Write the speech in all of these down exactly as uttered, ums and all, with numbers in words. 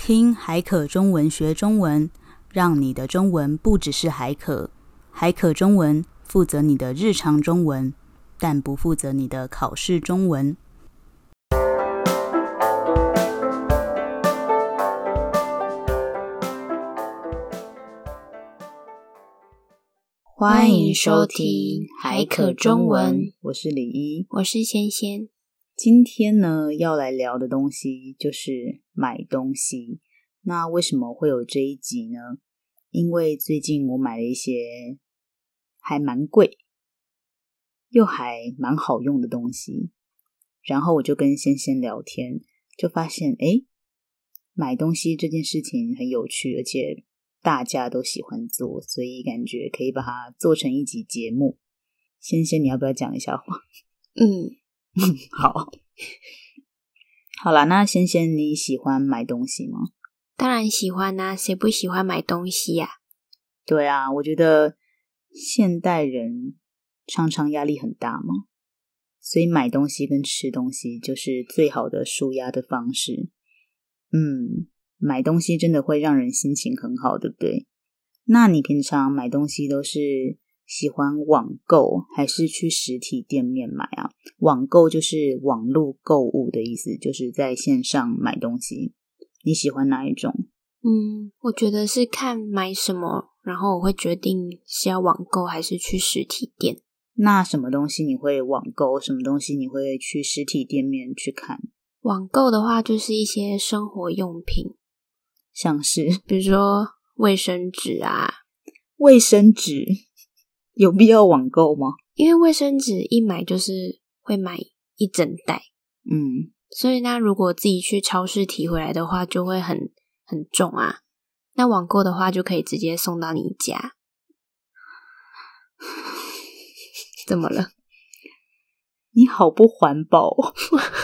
听海可中文学中文，让你的中文不只是海可。海可中文负责你的日常中文，但不负责你的考试中文。 欢迎收听海可中文， 我是李一， 我是仙仙。 今天呢，要来聊的东西就是买东西。那为什么会有这一集呢？因为最近我买了一些还蛮贵又还蛮好用的东西，然后我就跟仙仙聊天，就发现诶，买东西这件事情很有趣，而且大家都喜欢做，所以感觉可以把它做成一集节目。仙仙，你要不要讲一下话？ 嗯好好啦，那仙仙你喜欢买东西吗？ 当然喜欢啊，谁不喜欢买东西啊？ 对啊，我觉得现代人常常压力很大嘛，所以买东西跟吃东西就是最好的抒压的方式。嗯，买东西真的会让人心情很好，对不对？那你平常买东西都是喜欢网购还是去实体店面买啊？网购就是网络购物的意思，就是在线上买东西。你喜欢哪一种？ 嗯，我觉得是看买什么，然后我会决定是要网购还是去实体店。 那什么东西你会网购，什么东西你会去实体店面去看？ 网购的话就是一些生活用品， 像是比如说卫生纸啊。 卫生纸有必要网购吗？ 因为卫生纸一买就是会买一整袋， 嗯， 所以那如果自己去超市提回来的话就会很很重啊，那网购的话就可以直接送到你家。怎么了？ 你好不环保哦。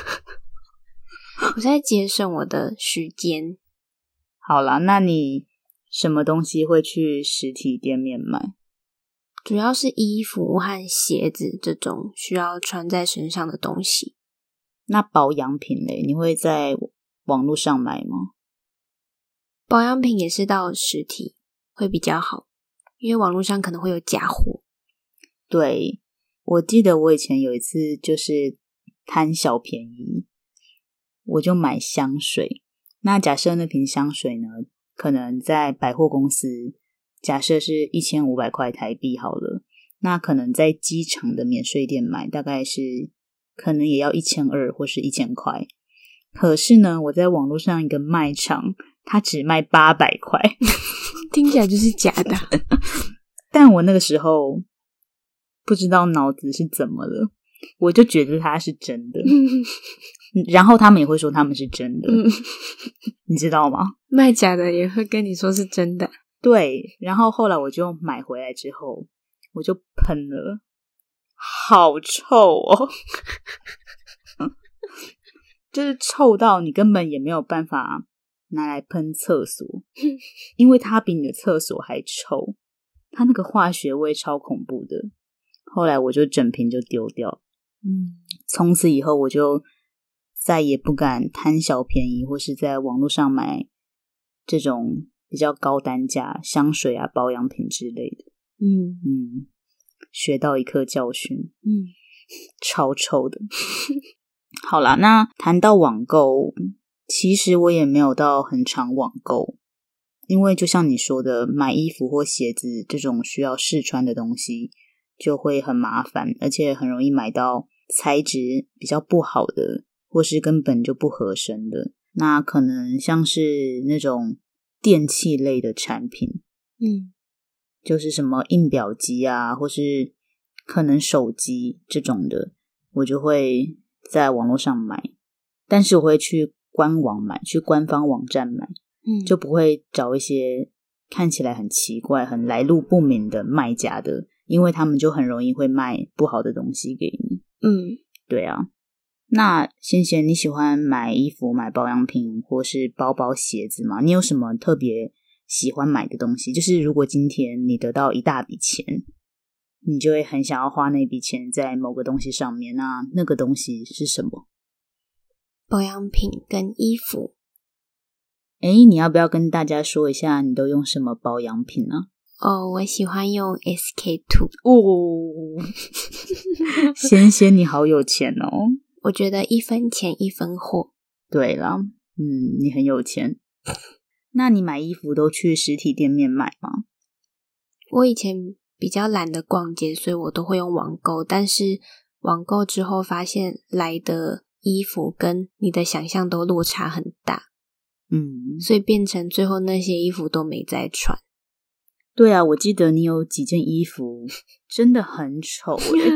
我在节省我的时间。 好啦，那你什么东西会去实体店面买？ 主要是衣服和鞋子这种需要穿在身上的东西。 那保养品嘞，你会在网络上买吗？ 保养品也是到实体会比较好，因为网络上可能会有假货。 对，我记得我以前有一次就是贪小便宜，我就买香水。那假设那瓶香水呢，可能在百货公司假设是一千五百块台币好了，那可能在机场的免税店买大概是可能也要一千二或是一千块。可是呢，我在网络上一个卖场，它只卖八百块。 听起来就是假的。 但我那个时候不知道脑子是怎么了，我就觉得它是真的。然后他们也会说他们是真的。嗯，你知道吗？ 卖假的也会跟你说是真的。 对，然后后来我就买回来之后我就喷了，好臭哦。就是臭到你根本也没有办法拿来喷厕所，因为它比你的厕所还臭，它那个化学味超恐怖的。后来我就整瓶就丢掉。嗯，从此以后我就再也不敢贪小便宜或是在网络上买这种比较高单价香水啊保养品之类的。嗯嗯，学到一课教训。嗯，超臭的。好啦，那谈到网购，其实我也没有到很常网购，因为就像你说的，买衣服或鞋子这种需要试穿的东西就会很麻烦，而且很容易买到材质比较不好的或是根本就不合身的。那可能像是那种电器类的产品，嗯，就是什么印表机啊或是可能手机这种的，我就会在网络上买，但是我会去官网买，去官方网站买。嗯，就不会找一些看起来很奇怪很来路不明的卖家的，因为他们就很容易会卖不好的东西给你。嗯，对啊。那仙仙，你喜欢买衣服买保养品或是包包鞋子吗？你有什么特别喜欢买的东西？就是如果今天你得到一大笔钱，你就会很想要花那笔钱在某个东西上面，那那个东西是什么？ 保养品跟衣服。 诶，你要不要跟大家说一下你都用什么保养品呢？ 哦，我喜欢用 S K two 哦，仙仙你好有钱哦。 我觉得一分钱一分货。 对啦，嗯，你很有钱。那你买衣服都去实体店面买吗？ 我以前比较懒得逛街，所以我都会用网购，但是网购之后发现来的衣服跟你的想象都落差很大， 嗯， 所以变成最后那些衣服都没再穿。 对啊，我记得你有几件衣服真的很丑耶。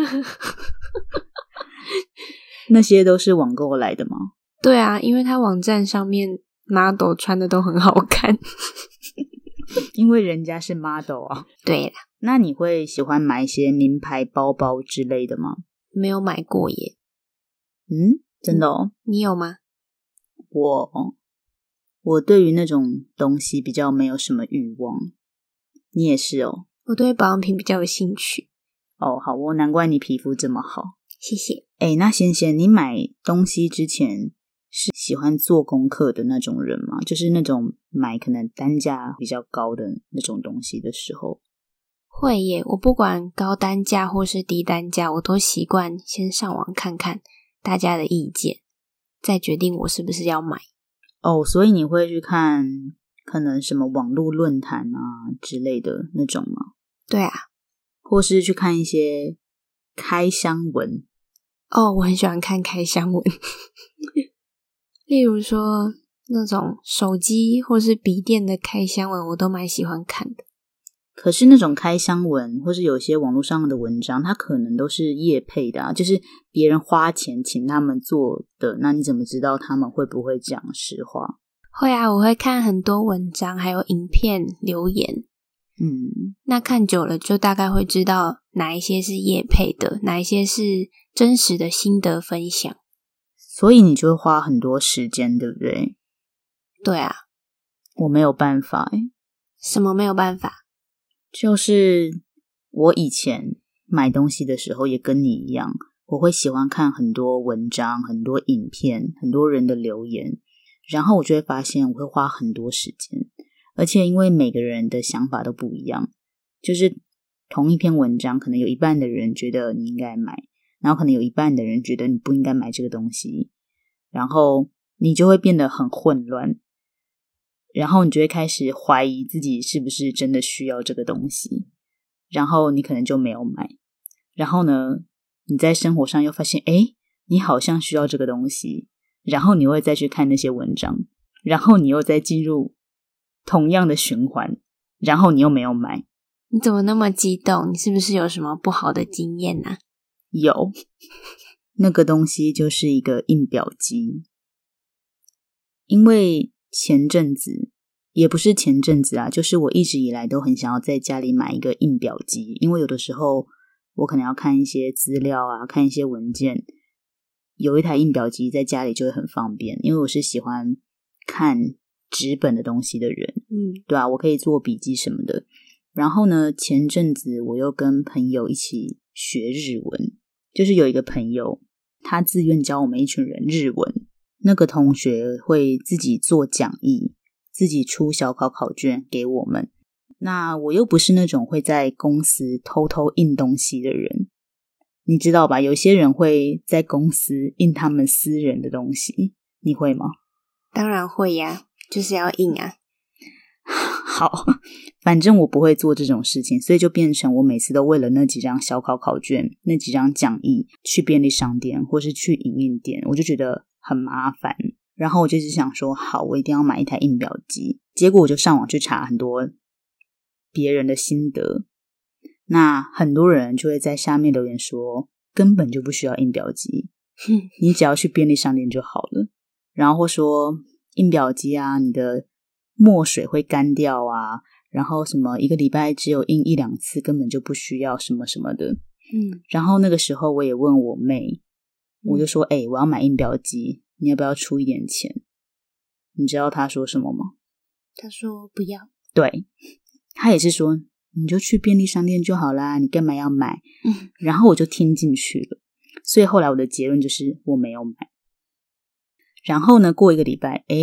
那些都是网购来的吗？ 对啊，因为它网站上面 model 穿的都很好看。 因为人家是 model 啊。 对啦。 那你会喜欢买一些名牌包包之类的吗？ 没有买过耶。 嗯，真的哦。 你有吗？ 我我对于那种东西比较没有什么欲望。你也是哦。 我对保养品比较有兴趣。 哦，好哦，难怪你皮肤这么好。 谢谢。 诶，那贤贤，你买东西之前是喜欢做功课的那种人吗？就是那种买可能单价比较高的那种东西的时候。 会耶，我不管高单价或是低单价，我都习惯先上网看看大家的意见，再决定我是不是要买。 哦，所以你会去看可能什么网络论坛啊之类的那种吗？ 对啊。 或是去看一些开箱文。 哦，我很喜欢看开箱文。例如说那种手机或是笔电的开箱文，我都蛮喜欢看的。 可是那种开箱文或是有些网络上的文章，它可能都是业配的啊，就是别人花钱请他们做的，那你怎么知道他们会不会讲实话？ 会啊，我会看很多文章还有影片留言。 嗯， 那看久了就大概会知道哪一些是业配的，哪一些是真实的心得分享。 所以你就会花很多时间，对不对？ 对啊。 我没有办法耶。 什么没有办法？ 就是我以前买东西的时候也跟你一样，我会喜欢看很多文章、很多影片、很多人的留言，然后我就会发现我会花很多时间，而且因为每个人的想法都不一样，就是同一篇文章可能有一半的人觉得你应该买，然后可能有一半的人觉得你不应该买这个东西，然后你就会变得很混乱，然后你就会开始怀疑自己是不是真的需要这个东西，然后你可能就没有买，然后呢你在生活上又发现诶你好像需要这个东西，然后你会再去看那些文章，然后你又再进入同样的循环，然后你又没有买。 你怎么那么激动？你是不是有什么不好的经验啊？ 有，那个东西就是一个印表机。因为前阵子也不是前阵子啊，就是我一直以来都很想要在家里买一个印表机，因为有的时候我可能要看一些资料啊，看一些文件，有一台印表机在家里就会很方便，因为我是喜欢看纸本的东西的人， 嗯， 对啊，我可以做笔记什么的。然后呢，前阵子我又跟朋友一起学日文，就是有一个朋友他自愿教我们一群人日文，那个同学会自己做讲义，自己出小考考卷给我们。那我又不是那种会在公司偷偷印东西的人，你知道吧，有些人会在公司印他们私人的东西，你会吗？ 当然会呀，就是要印啊。 好，反正我不会做这种事情，所以就变成我每次都为了那几张小考考卷，那几张讲义去便利商店或是去影印店，我就觉得很麻烦，然后我就一直想说好，我一定要买一台印表机。结果我就上网去查很多别人的心得，那很多人就会在下面留言说根本就不需要印表机，你只要去便利商店就好了，然后或说印表机啊，你的墨水会干掉啊，然后什么一个礼拜只有印一两次，根本就不需要什么什么的。 嗯， 然后那个时候我也问我妹，我就说诶、欸、我要买印表机，你要不要出一点钱？你知道她说什么吗？ 她说不要。 对，她也是说你就去便利商店就好啦，你干嘛要买？ 嗯， 然后我就听进去了，所以后来我的结论就是我没有买。然后呢，过一个礼拜，诶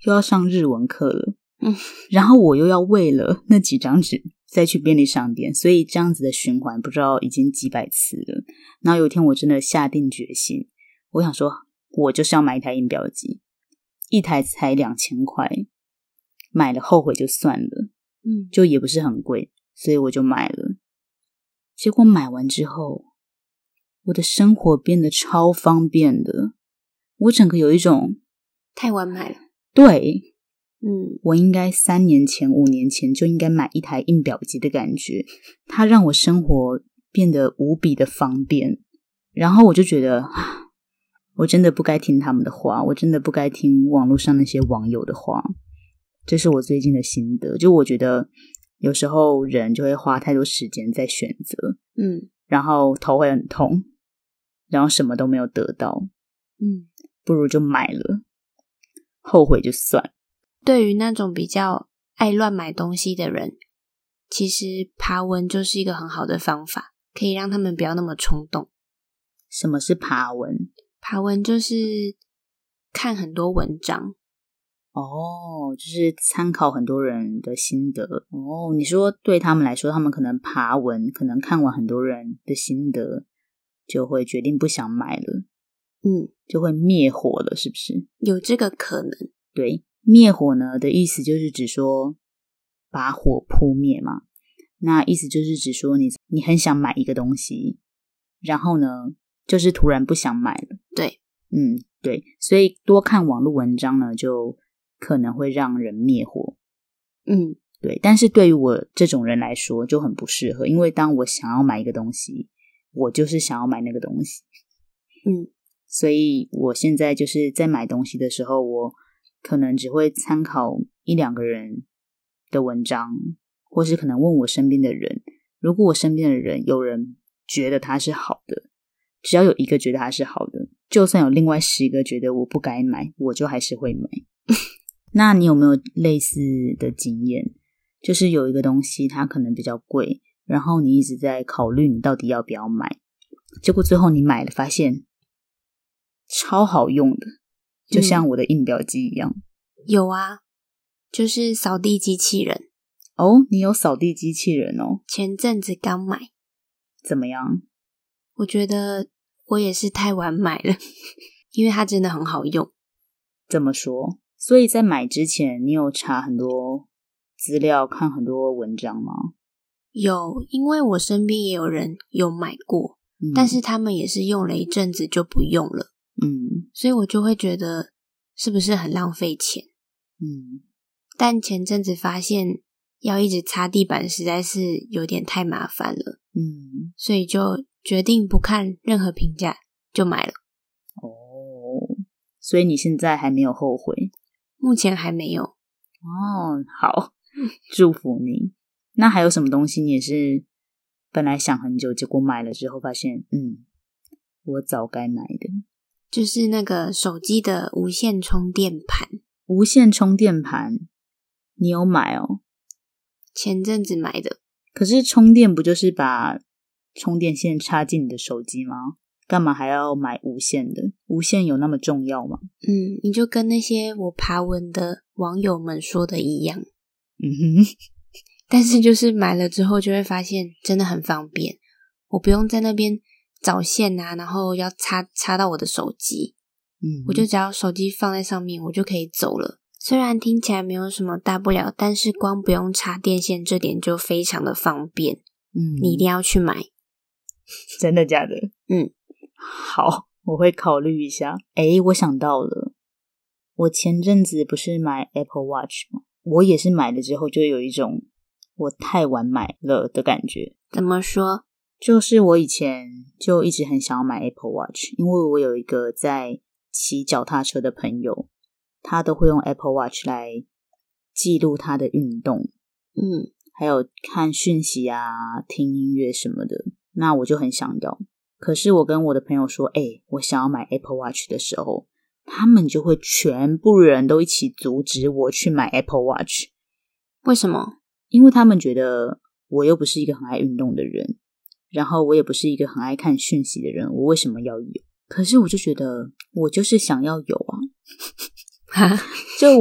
又要上日文课了， 嗯， 然后我又要为了那几张纸再去便利商店，所以这样子的循环不知道已经几百次了。然后有一天我真的下定决心，我想说我就是要买一台印表机，一台才两千块，买了后悔就算了， 嗯， 就也不是很贵，所以我就买了。结果买完之后，我的生活变得超方便的，我整个有一种太完美了。 对， 嗯， 我应该三年前五年前就应该买一台印表机的感觉，它让我生活变得无比的方便。然后我就觉得我真的不该听他们的话，我真的不该听网络上那些网友的话，这是我最近的心得。就我觉得有时候人就会花太多时间在选择， 嗯， 然后头会很痛，然后什么都没有得到， 嗯， 不如就买了，后悔就算。 对于那种比较爱乱买东西的人，其实爬文就是一个很好的方法，可以让他们不要那么冲动。 什么是爬文？ 爬文就是看很多文章。 哦，就是参考很多人的心得。哦，你说对他们来说，他们可能爬文，可能看完很多人的心得，就会决定不想买了。 嗯， 就会灭火了，是不是？ 有这个可能。 对，灭火呢的意思就是指说把火扑灭嘛。那意思就是指说你你很想买一个东西，然后呢就是突然不想买了。 对， 嗯，对，所以多看网络文章呢，就可能会让人灭火。 嗯， 对，但是对于我这种人来说就很不适合，因为当我想要买一个东西，我就是想要买那个东西。 嗯， 所以我现在就是在买东西的时候，我可能只会参考一两个人的文章，或是可能问我身边的人。如果我身边的人有人觉得它是好的，只要有一个觉得它是好的，就算有另外十个觉得我不该买，我就还是会买。那你有没有类似的经验？就是有一个东西它可能比较贵，然后你一直在考虑你到底要不要买，结果最后你买了发现超好用的，就像我的印表机一样。 嗯，有啊，就是扫地机器人。 哦，你有扫地机器人哦？ 前阵子刚买。 怎么样？ 我觉得我也是太晚买了，因为它真的很好用。 怎么说？所以在买之前，你有查很多资料，看很多文章吗？ 有，因为我身边也有人有买过，嗯，但是他们也是用了一阵子就不用了。 嗯， 所以我就会觉得是不是很浪费钱。 嗯， 但前阵子发现要一直擦地板实在是有点太麻烦了。 嗯，所以就决定不看任何评价就买了。 哦，所以你现在还没有后悔？ 目前还没有。 哦，好，祝福你。那还有什么东西你也是本来想很久，结果买了之后发现嗯我早该买的？ 就是那个手机的无线充电盘。 无线充电盘你有买哦？ 前阵子买的。 可是充电不就是把充电线插进你的手机吗？干嘛还要买无线的？无线有那么重要吗？ 嗯，你就跟那些我爬文的网友们说的一样。 嗯哼， 但是就是买了之后就会发现真的很方便，我不用在那边找线啊，然后要插插到我的手机。嗯，我就只要手机放在上面，我就可以走了。虽然听起来没有什么大不了，但是光不用插电线这点就非常的方便。嗯，你一定要去买。 真的假的？ 嗯， 好，我会考虑一下。诶，我想到了，我前阵子不是买 Apple Watch 吗？我也是买了之后就有一种我太晚买了的感觉。 怎么说？ 就是我以前就一直很想要买 Apple Watch， 因为我有一个在骑脚踏车的朋友，他都会用 Apple Watch 来记录他的运动，嗯，还有看讯息啊、听音乐什么的。那我就很想要，可是我跟我的朋友说，诶，我想要买 Apple Watch 的时候，他们就会全部人都一起阻止我去买 Apple Watch。 为什么？ 因为他们觉得我又不是一个很爱运动的人，然后我也不是一个很爱看讯息的人，我为什么要有？可是我就觉得我就是想要有啊。就我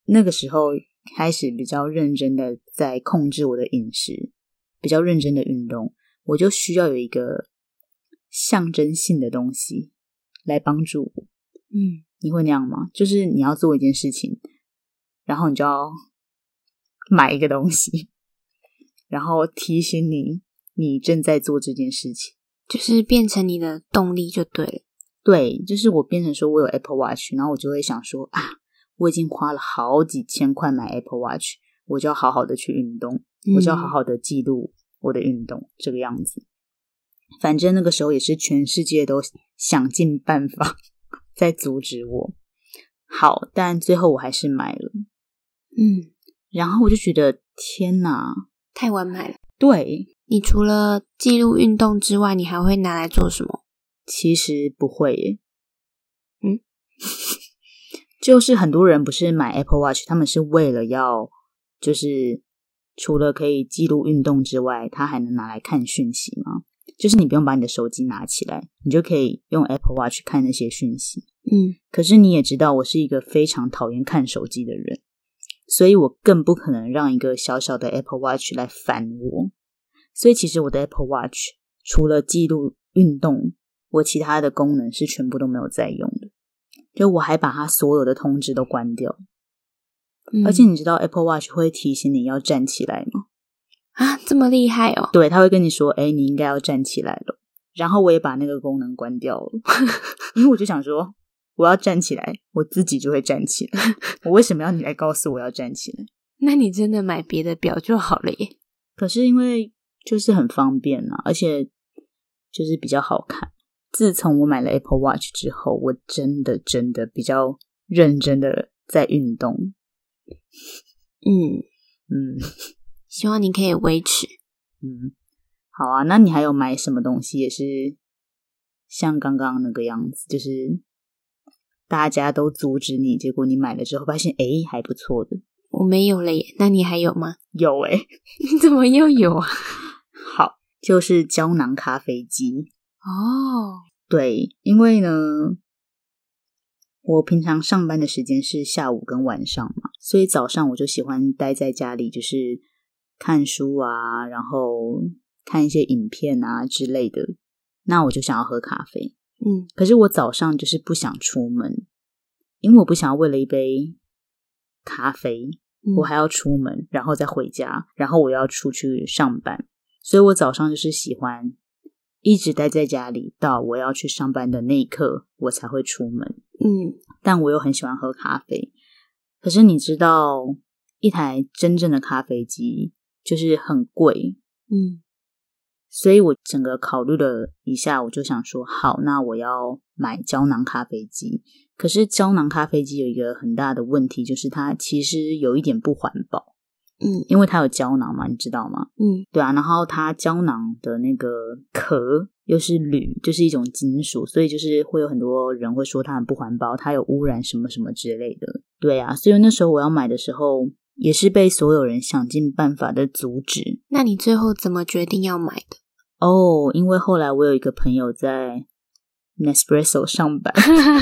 那个时候开始比较认真的在控制我的饮食，比较认真的运动，我就需要有一个象征性的东西来帮助我。 嗯， 你会那样吗？就是你要做一件事情，然后你就要买一个东西，然后提醒你你正在做这件事情， 就是变成你的动力就对了。 对，就是我变成说我有 Apple Watch， 然后我就会想说啊，我已经花了好几千块买 Apple Watch， 我就要好好的去运动， 嗯、 我就要好好的记录我的运动，这个样子。反正那个时候也是全世界都想尽办法在阻止我。好，但最后我还是买了。 嗯， 然后我就觉得天哪， 太完美了。 对， 你除了记录运动之外，你还会拿来做什么？ 其实不会耶。 嗯， 就是很多人不是买 Apple Watch， 他们是为了要就是除了可以记录运动之外，他还能拿来看讯息吗？就是你不用把你的手机拿起来，你就可以用 Apple Watch 看那些讯息。 嗯， 可是你也知道我是一个非常讨厌看手机的人，所以我更不可能让一个小小的 Apple Watch 来烦我。所以其实我的 Apple Watch 除了记录运动，我其他的功能是全部都没有在用的，就我还把它所有的通知都关掉。 嗯、 而且你知道 Apple Watch 会提醒你要站起来吗？ 啊，这么厉害哦。 对，他会跟你说诶，你应该要站起来了。然后我也把那个功能关掉了因为我就想说我要站起来，我自己就会站起来我为什么要你来告诉我要站起来？ 那你真的买别的表就好了耶。 可是因为就是很方便啊，而且就是比较好看。自从我买了 Apple Watch 之后，我真的真的比较认真的在运动。 嗯嗯， 希望你可以维持。 嗯，好啊，那你还有买什么东西也是像刚刚那个样子，就是大家都阻止你，结果你买了之后发现诶还不错的？ 我没有了耶，那你还有吗？ 有诶你怎么又有啊？ 好，就是胶囊咖啡机。 哦， 对，因为呢我平常上班的时间是下午跟晚上嘛，所以早上我就喜欢待在家里，就是看书啊，然后看一些影片啊之类的。那我就想要喝咖啡， 嗯， 可是我早上就是不想出门，因为我不想要为了一杯咖啡、嗯、我还要出门，然后再回家，然后我要出去上班，所以我早上就是喜欢一直待在家里，到我要去上班的那一刻我才会出门。 嗯， 但我又很喜欢喝咖啡。可是你知道一台真正的咖啡机就是很贵， 嗯， 所以我整个考虑了一下，我就想说好，那我要买胶囊咖啡机。可是胶囊咖啡机有一个很大的问题，就是它其实有一点不环保。 嗯， 因为它有胶囊嘛，你知道吗？ 嗯，对啊，然后它胶囊的那个壳又是铝，就是一种金属，所以就是会有很多人会说它很不环保，它有污染什么什么之类的。对啊，所以那时候我要买的时候也是被所有人想尽办法的阻止。 那你最后怎么决定要买的？ 哦，因为后来我有一个朋友在 Nespresso 上班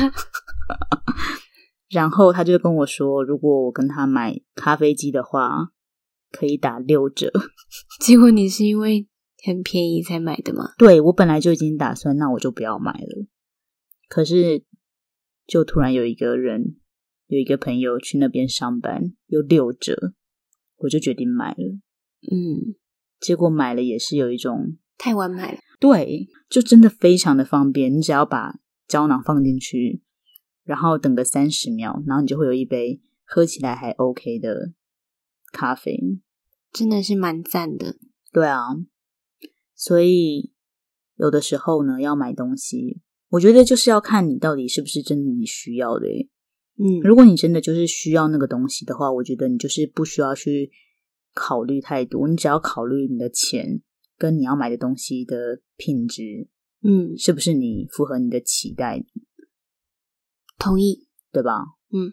然后他就跟我说，如果我跟他买咖啡机的话可以打六折。 结果你是因为很便宜才买的吗？ 对，我本来就已经打算那我就不要买了，可是就突然有一个人有一个朋友去那边上班有六折，我就决定买了。 嗯， 结果买了也是有一种太完美了。 对，就真的非常的方便，你只要把胶囊放进去，然后等个三十秒，然后你就会有一杯喝起来还 OK 的咖啡。 真的是蛮赞的。 对啊，所以有的时候呢要买东西，我觉得就是要看你到底是不是真的你需要的耶。 嗯， 如果你真的就是需要那个东西的话，我觉得你就是不需要去考虑太多，你只要考虑你的钱跟你要买的东西的品质， 嗯， 是不是你符合你的期待的。 同意， 对吧？ 嗯，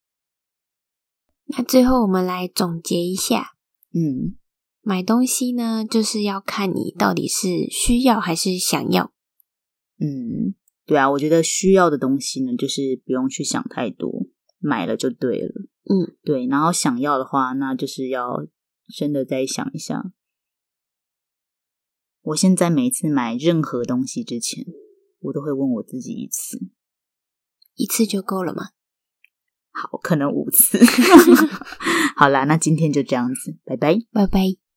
那最后我们来总结一下。 嗯， 买东西呢，就是要看你到底是需要还是想要。 嗯，对啊，我觉得需要的东西呢，就是不用去想太多， 买了就对了。 嗯， 对，然后想要的话，那就是要真的再想一下。我现在每次买任何东西之前，我都会问我自己一次。 一次就够了吗？ 好，可能五次。好啦，那今天就这样子，拜拜， 拜拜。